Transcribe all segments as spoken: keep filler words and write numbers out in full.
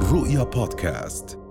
رؤيا بودكاست.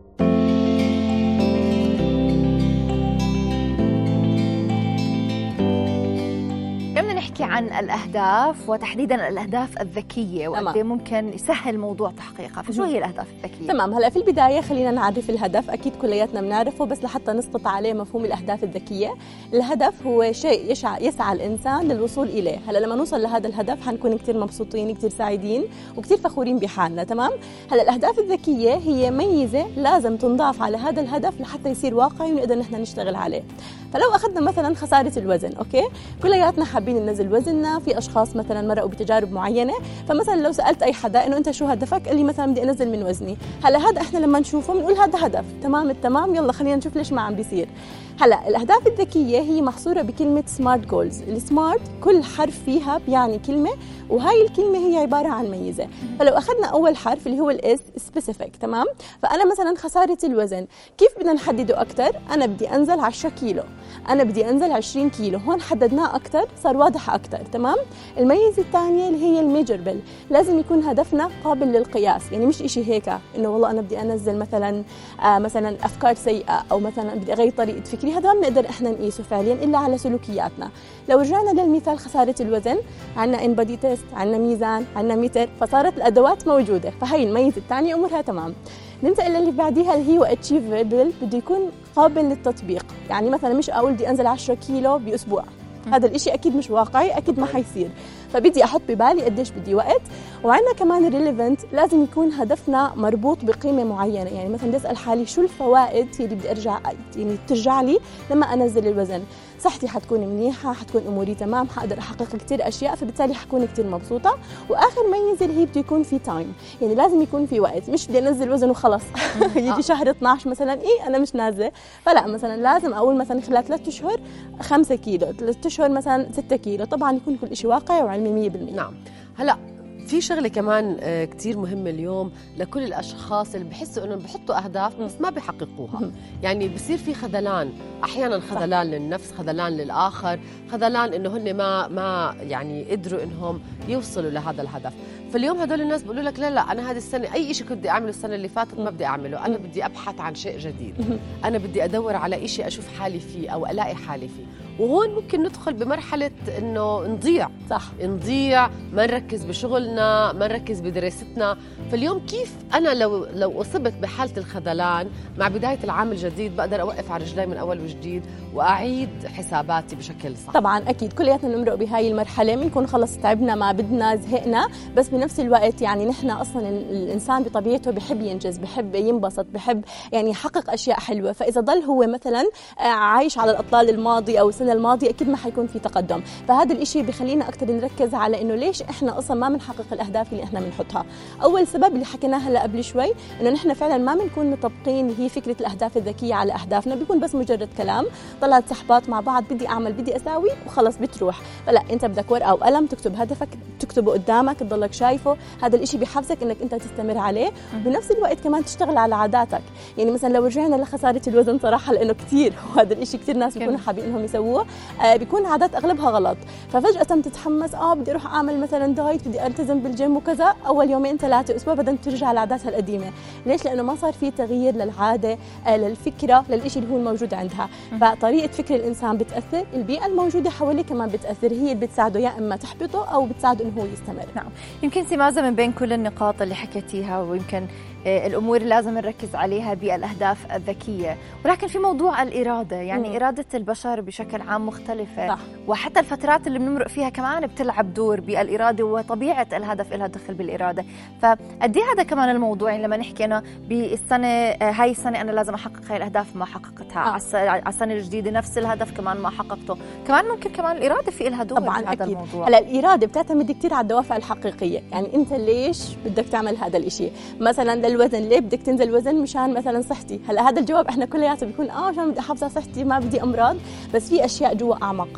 بدنا نحكي عن الأهداف وتحديداً الأهداف الذكية وقد ممكن يسهل موضوع تحقيقها، فشو هي الأهداف الذكية؟ تمام. هلا في البداية خلينا نعرف الهدف، أكيد كلياتنا بنعرفه بس لحتى نسقط عليه مفهوم الأهداف الذكية. الهدف هو شيء يسعى, يسعى الإنسان للوصول إليه. هلا لما نوصل لهذا الهدف حنكون كتير مبسوطين كتير سعيدين وكتير فخورين بحالنا. تمام. هلا الأهداف الذكية هي ميزة لازم تنضاف على هذا الهدف لحتى يصير واقعي ونقدر نحن نشتغل عليه. فلو أخذنا مثلا خسارة الوزن، أوكي، كلياتنا حابين ننزل وزننا، في أشخاص مثلا مرقوا بتجارب معينة، فمثلا لو سألت أي حدا إنه أنت شو هدفك؟ قال لي مثلا بدي أنزل من وزني. هلا هذا إحنا لما نشوفه بنقول هذا هدف، تمام التمام، يلا خلينا نشوف ليش ما عم بيصير. هلا الأهداف الذكية هي محصورة بكلمة سمارت جولز. السمارت كل حرف فيها بيعني كلمة، وهاي الكلمة هي عبارة عن ميزة. فلو أخذنا أول حرف اللي هو الإس سبيسيفيك، تمام، فأنا مثلا خسارة الوزن كيف بدنا نحدده أكتر؟ أنا بدي أنزل عشرة كيلو، أنا بدي أنزل عشرين كيلو، هون حددناه أكتر صار واضح أكتر. تمام. الميزة الثانية اللي هي الميجربل، لازم يكون هدفنا قابل للقياس، يعني مش إشي هيك إنه والله أنا بدي أنزل مثلا آه مثلا أفكار سيئة أو مثلا بدي أغير طريقة فكري، هذا ما بنقدر إحنا نقيسه فعليا إلا على سلوكياتنا. لو رجعنا للمثال خسارة الوزن، عنا إنبادي تيست، عنا ميزان، عنا متر، فصارت الأدوات موجودة، فهي الميزة الثانية أمورها تمام. ننتقل اللي بعديها اللي هو achievable، بده يكون قابل للتطبيق. يعني مثلا مش أقول بدي أنزل عشرة كيلو بأسبوع، هذا الإشي أكيد مش واقعي، أكيد ما حيصير، فبدي أحط ببالي قديش بدي وقت. وعندنا كمان relevant، لازم يكون هدفنا مربوط بقيمة معينة. يعني مثلا بدي أسأل حالي شو الفوائد اللي بدي أرجع يعني ترجع لي لما أنزل الوزن؟ صحتي حتكون منيحة، حتكون أموري تمام، حقدر أحقق كتير أشياء، فبالتالي حكون كتير مبسوطة. وآخر ميزة اللي هي بده يكون في تايم، يعني لازم يكون في وقت، مش بدي أنزل وزن وخلص يجي شهر اثناشر مثلا إيه أنا مش نازلة، فلا مثلا لازم أقول مثلا خلال ثلاثة أشهر خمسة كيلو، ثلاثة أشهر مثلا ستة كيلو، طبعا يكون كل شيء واقعي وعلمي مية بالمية. نعم. هلا في شغله كمان كتير مهمه اليوم لكل الاشخاص اللي بحسوا انهم بحطوا اهداف بس ما بيحققوها. يعني بصير في خذلان، احيانا خذلان للنفس، خذلان للاخر، خذلان انه هن ما ما يعني قدروا انهم يوصلوا لهذا الهدف. فاليوم هدول الناس بيقولوا لك لا لا انا هذه السنه اي شيء كنت بدي اعمله السنه اللي فاتت ما بدي اعمله، انا بدي ابحث عن شيء جديد، انا بدي ادور على شيء اشوف حالي فيه او الاقي حالي فيه. وهون ممكن ندخل بمرحله انه نضيع، صح، نضيع، ما نركز بشغلنا، ما نركز بدراستنا. فاليوم كيف انا لو لو اصبت بحاله الخذلان مع بدايه العام الجديد بقدر اوقف على رجلي من اول وجديد واعيد حساباتي بشكل صح؟ طبعا اكيد كلياتنا بنمرق بهاي المرحله، بنكون خلص تعبنا ما بدنا زهقنا، بس بنفس الوقت يعني نحن اصلا الانسان بطبيعته بحب ينجز، بحب ينبسط، بحب يعني يحقق اشياء حلوه. فاذا ضل هو مثلا عايش على الاطلال الماضي او السنه الماضيه اكيد ما حيكون في تقدم. فهذا الشيء بخلينا اكثر نركز على انه ليش احنا اصلا ما بنحقق الاهداف اللي احنا بنحطها. اول سبب اللي حكيناه هلا قبل شوي انه نحن فعلا ما بنكون مطبقين هي فكره الاهداف الذكيه على اهدافنا، بيكون بس مجرد كلام، طلعت سحبات مع بعض، بدي اعمل بدي اساوي وخلص بتروح. فلا، انت بدك ورقه وقلم تكتب هدفك، تكتبه قدامك، تضلك شايفه، هذا الشيء بيحفزك انك انت تستمر عليه. بنفس الوقت كمان تشتغل على عاداتك. يعني مثلا لو رجعنا لخساره الوزن صراحه لانه كثير وهذا الشيء كثير ناس بيكونوا حابين انهم يسووه، آه بيكون عادات اغلبها غلط، ففجاه تتحمس اه بدي اروح اعمل مثلا دايت، بدي التزم بالجيم وكذا، اول يومين ثلاثه اسبوع بعدين ترجع لعاداتها القديمه. ليش؟ لانه ما صار في تغيير للعاده، آه للفكره، للشيء اللي هو الموجود عندها. فطريقه فكر الانسان بتاثر، البيئه الموجوده حواليه كمان بتاثر، هي اللي بتساعده يا اما تحبطه او بتساعده انه هو يستمر. نعم. يمكن سمازه من بين كل النقاط اللي حكيتيها ويمكن الأمور اللي لازم نركز عليها بالأهداف الذكية، ولكن في موضوع الإرادة، يعني مم. إرادة البشر بشكل عام مختلفة، صح. وحتى الفترات اللي بنمرق فيها كمان بتلعب دور بالإرادة، وطبيعة الهدف لها دخل بالإرادة. فقد ايه هذا كمان الموضوع، يعني لما نحكي أنا بالسنة هاي السنة أنا لازم أحقق هاي الأهداف ما حققتها، آه. على السنة الجديدة نفس الهدف كمان ما حققته، كمان ممكن كمان الإرادة في لها دور طبعا بهذا أكيد. الموضوع. هلا الإرادة بتعتمد كتير على الدوافع الحقيقية، يعني أنت ليش بدك تعمل هذا الإشي؟ مثلا الوزن، ليه بدك تنزل وزن؟ مشان مثلا صحتي. هلا هذا الجواب احنا كلياته بيكون اه عشان بدي احافظ على صحتي، ما بدي امراض، بس في اشياء جوا اعمق.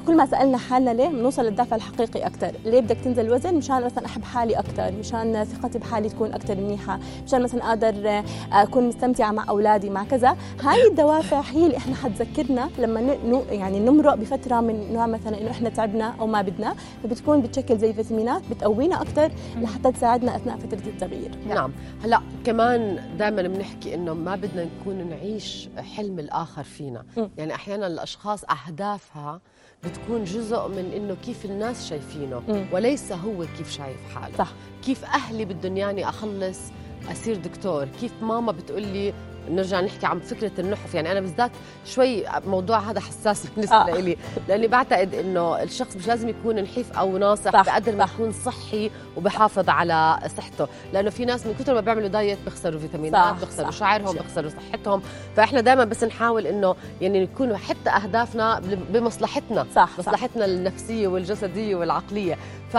كل ما سالنا حالنا ليه بنوصل للدافع الحقيقي اكثر. ليه بدك تنزل وزن؟ مشان مثلا احب حالي اكثر، مشان ثقتي بحالي تكون اكثر منيحه، مشان مثلا اقدر اكون مستمتعه مع اولادي مع كذا. هاي الدوافع هي اللي احنا حتذكرنا لما ن... يعني نمرق بفتره من نوع مثلا انه احنا تعبنا او ما بدنا، فبتكون بتشكل زي فيتامينات بتقوينا اكثر لحتى تساعدنا اثناء فتره التغيير. نعم. هلا كمان دائما بنحكي انه ما بدنا نكون نعيش حلم الاخر فينا. م. يعني احيانا الاشخاص اهدافها بتكون جزء من انه كيف الناس شايفينه م. وليس هو كيف شايف حاله. صح. كيف اهلي بدهم ياني اخلص اصير دكتور، كيف ماما بتقول لي نرجع نحكي عن فكرة النحف. يعني أنا بالذات شوي موضوع هذا حساس بالنسبة آه. لي، لأني بعتقد إنه الشخص مش لازم يكون نحيف أو ناصح بقدر ما يكون صحي وبحافظ على صحته، لأنه في ناس من كثر ما بيعملوا دايت بيخسروا فيتامينات، بيخسروا شعرهم، بيخسروا صحتهم. فإحنا دائما بس نحاول إنه يعني نكون حتى أهدافنا بمصلحتنا، صح. مصلحتنا صح. النفسية والجسدية والعقلية.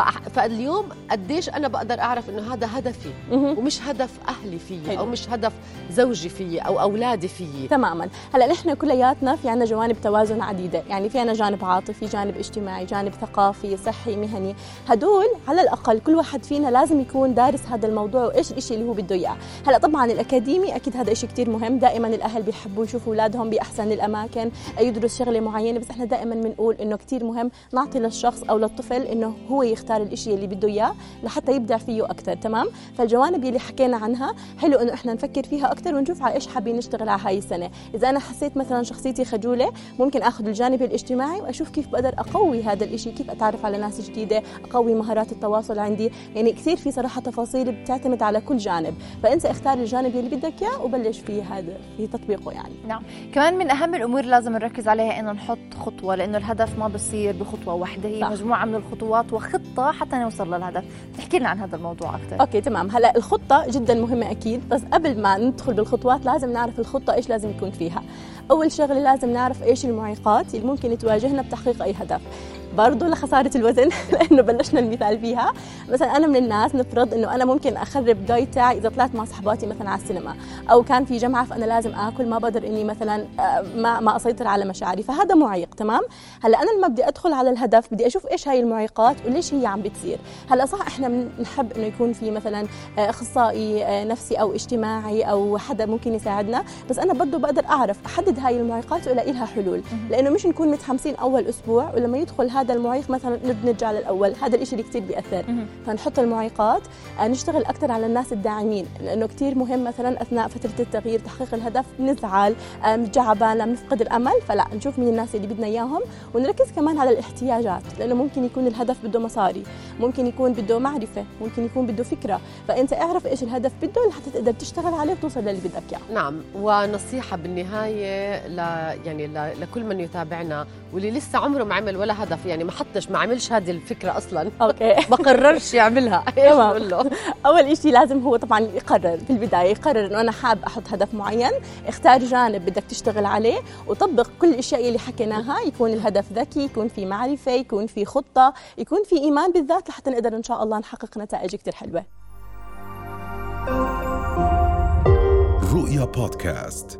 فاليوم قديش أنا بقدر أعرف إنه هذا هدفي ومش هدف أهلي فيي أو مش هدف زوجي فيي أو أولادي فيي. تماماً. هلا نحن كلياتنا في عنا جوانب توازن عديدة، يعني في عنا جانب عاطفي، جانب اجتماعي، جانب ثقافي، صحي، مهني. هدول على الأقل كل واحد فينا لازم يكون دارس هذا الموضوع وإيش الإشي اللي هو بده إياه. هلا طبعاً الأكاديمي أكيد هذا إشي كتير مهم، دائماً الأهل بيحبوا يشوفوا أولادهم بأحسن الأماكن يدرس شغلة معينة، بس إحنا دائماً بنقول إنه كتير مهم نعطي للشخص أو للطفل إنه هو يختار الإشي اللي بده إياه لحتى يبدع فيه أكتر. تمام؟ فالجوانب اللي حكينا عنها حلو إنه إحنا نفكر فيها أكتر ونشوف على إيش حابين نشتغل على هاي السنة. إذا أنا حسيت مثلا شخصيتي خجولة ممكن أخذ الجانب الاجتماعي وأشوف كيف بقدر أقوي هذا الإشي، كيف أتعرف على ناس جديدة، أقوي مهارات التواصل عندي. يعني كثير في صراحة تفاصيل بتعتمد على كل جانب، فأنت اختار الجانب اللي بدك إياه وبلش فيه هذا في تطبيقه. يعني نعم. كمان من أهم الأمور لازم نركز عليها إنه نحط خطوة، لأنه الهدف ما بصير بخطوة واحدة، هي صح. مجموعة من الخطوات وخطة حتى نوصل للهدف. تحكي لنا عن هذا الموضوع أكثر. أوكي تمام. هلا الخطة جدا مهمة أكيد، بس قبل ما ندخل بالخطوات لازم نعرف الخطة إيش لازم يكون فيها. أول شغلة لازم نعرف إيش المعيقات اللي ممكن تواجهنا بتحقيق أي هدف. برضو لخسارة الوزن لأنه بلشنا المثال فيها. مثلا أنا من الناس نفرض إنه أنا ممكن أخرب دايت تاعي إذا طلعت مع صحباتي مثلا على السينما أو كان في جمعة فأنا لازم آكل، ما بقدر إني مثلا ما ما أسيطر على مشاعري، فهذا معيق. تمام. هلا أنا لما بدي أدخل على الهدف بدي أشوف إيش هاي المعيقات وليش هي عم بتصير. هلا صح إحنا بنحب إنه يكون في مثلا أخصائي نفسي أو اجتماعي أو حدا ممكن يساعدنا، بس أنا برضو بقدر أعرف أحدد هاي المعيقات وألاقي لها حلول، لأنه مش نكون متحمسين أول أسبوع ولما يدخل هذا المعيق مثلا نرجع للأول. هذا الإشي اللي كتير بيأثر. فنحط المعيقات، نشتغل أكتر على الناس الداعمين، لأنه كتير مهم مثلا أثناء فترة التغيير تحقيق الهدف بنزعل، بنجعبان، بنفقد الأمل، فلا نشوف مين الناس اللي بدنا إياهم ونركز كمان على الاحتياجات، لأنه ممكن يكون الهدف بده مصاري، ممكن يكون بده معرفة، ممكن يكون بده فكرة، فأنت اعرف إيش الهدف بده لحتى تقدر تشتغل عليه وتوصل للي بدك إياه. نعم. ونصيحة بالنهاية ل يعني ل... لكل من يتابعنا واللي لسه عمره ما عمل ولا هدف، يعني ما حطش ما عملش هذه الفكرة أصلا، أوكي ما قررش يعملها، إيش نقول له؟ أول إشي لازم هو طبعا يقرر في البداية، يقرر إنه أنا حاب أحط هدف معين، اختار جانب بدك تشتغل عليه وطبق كل الأشياء اللي حكيناها. يكون الهدف ذكي، يكون في معرفة، يكون في خطة، يكون في إيمان بالذات لحتى نقدر إن شاء الله نحقق نتائج كتير حلوة. رؤيا بودكاست.